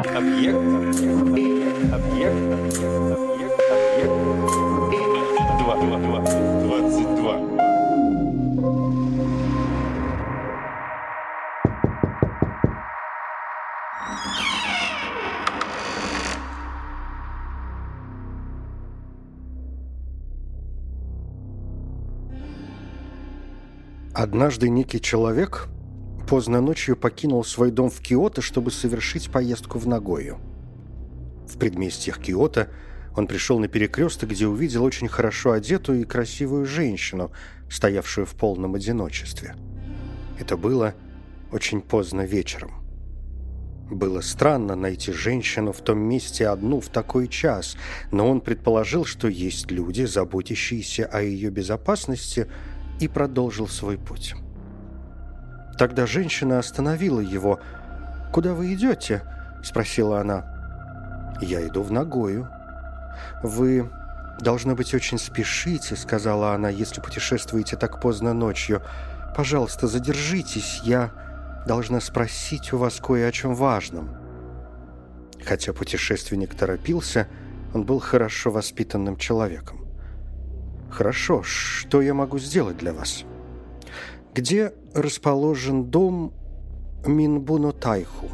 Объект. Объект. Два. 22. Однажды некий человек поздно ночью покинул свой дом в Киото, чтобы совершить поездку в Нагою. В предместьях Киото он пришел на перекресток, где увидел очень хорошо одетую и красивую женщину, стоявшую в полном одиночестве. Это было очень поздно вечером. Было странно найти женщину в том месте одну в такой час, но он предположил, что есть люди, заботящиеся о ее безопасности, и продолжил свой путь. Тогда женщина остановила его. «Куда вы идете?» – спросила она. «Я иду в Нагою». «Вы, должно быть, очень спешите», – сказала она, – «если путешествуете так поздно ночью. Пожалуйста, задержитесь, я должна спросить у вас кое о чем важном». Хотя путешественник торопился, он был хорошо воспитанным человеком. «Хорошо, что я могу сделать для вас?» «Где расположен дом Минбуно Тайху?»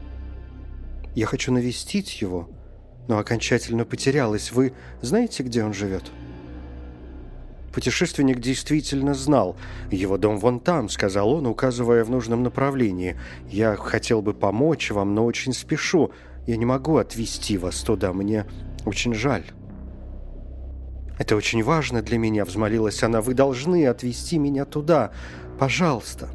«Я хочу навестить его, но окончательно потерялась. Вы знаете, где он живет?» Путешественник действительно знал. «Его дом вон там», — сказал он, указывая в нужном направлении. «Я хотел бы помочь вам, но очень спешу. Я не могу отвезти вас туда, мне очень жаль». «Это очень важно для меня», — взмолилась она. «Вы должны отвезти меня туда. Пожалуйста».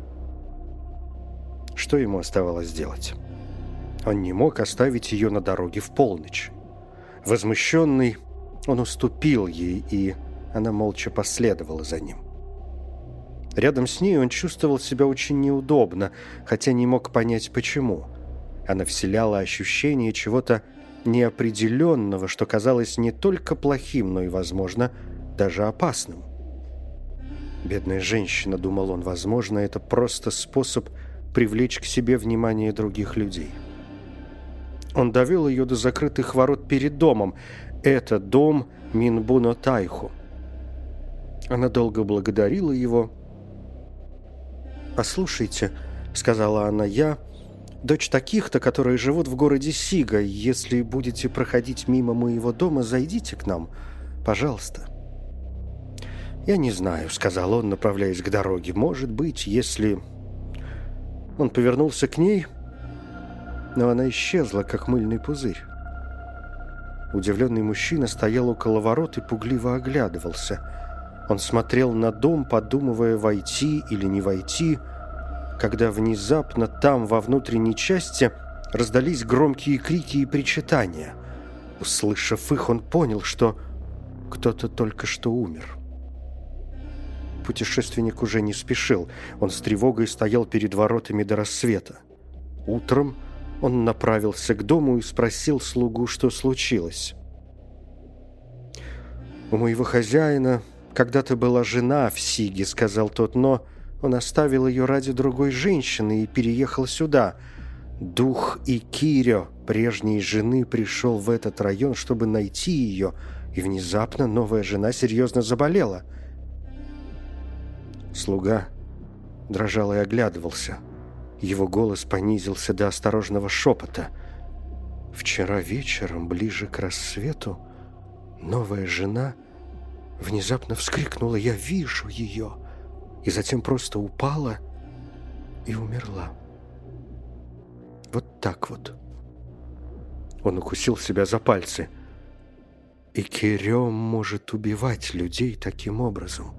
Что ему оставалось делать? Он не мог оставить ее на дороге в полночь. Возмущенный, он уступил ей, и она молча последовала за ним. Рядом с ней он чувствовал себя очень неудобно, хотя не мог понять, почему. Она вселяла ощущение чего-то неопределенного, что казалось не только плохим, но и, возможно, даже опасным. «Бедная женщина», — думал он, — «возможно, это просто способ привлечь к себе внимание других людей». Он довел ее до закрытых ворот перед домом. Это дом Минбуно Тайху. Она долго благодарила его. «Послушайте», — сказала она, — «я дочь таких-то, которые живут в городе Сига. Если будете проходить мимо моего дома, зайдите к нам, пожалуйста». «Я не знаю», — сказал он, направляясь к дороге. «Может быть, если...» Он повернулся к ней, но она исчезла, как мыльный пузырь. Удивленный мужчина стоял около ворот и пугливо оглядывался. Он смотрел на дом, подумывая, войти или не войти, когда внезапно там, во внутренней части, раздались громкие крики и причитания. Услышав их, он понял, что кто-то только что умер. Путешественник уже не спешил. Он с тревогой стоял перед воротами до рассвета. Утром он направился к дому и спросил слугу, что случилось. «У моего хозяина когда-то была жена в Сиге», — сказал тот, — «но он оставил ее ради другой женщины и переехал сюда. Дух Икирё, прежней жены, пришел в этот район, чтобы найти ее, и внезапно новая жена серьезно заболела». Слуга дрожал и оглядывался. Его голос понизился до осторожного шепота. «Вчера вечером, ближе к рассвету, новая жена внезапно вскрикнула: «Я вижу ее!» и затем просто упала и умерла. Вот так вот. Он укусил себя за пальцы. Икирё может убивать людей таким образом.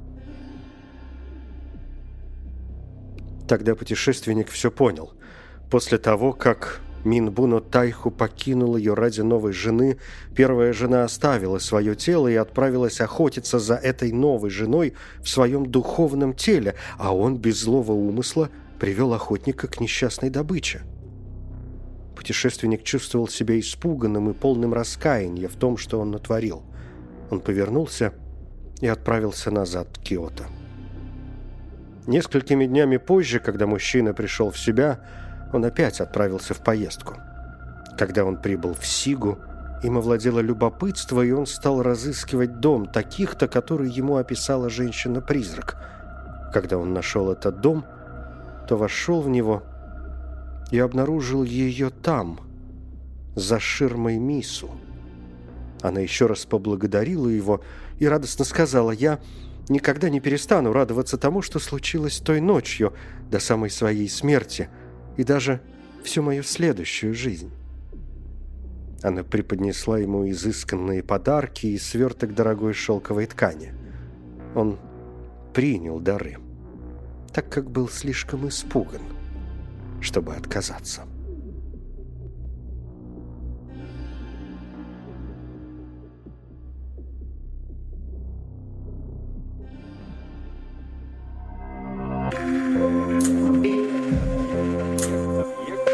Тогда путешественник все понял. После того, как Минбуно Тайху покинул ее ради новой жены, первая жена оставила свое тело и отправилась охотиться за этой новой женой в своем духовном теле, а он без злого умысла привел охотника к несчастной добыче. Путешественник чувствовал себя испуганным и полным раскаяния в том, что он натворил. Он повернулся и отправился назад в Киото. Несколькими днями позже, когда мужчина пришел в себя, он опять отправился в поездку. Когда он прибыл в Сигу, им овладело любопытство, и он стал разыскивать дом таких-то, который ему описала женщина-призрак. Когда он нашел этот дом, то вошел в него и обнаружил ее там, за ширмой Мису. Она еще раз поблагодарила его и радостно сказала: «Я никогда не перестану радоваться тому, что случилось той ночью, до самой своей смерти, и даже всю мою следующую жизнь». Она преподнесла ему изысканные подарки и сверток дорогой шелковой ткани. Он принял дары, так как был слишком испуган, чтобы отказаться.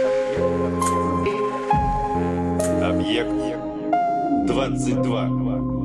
Объект 22.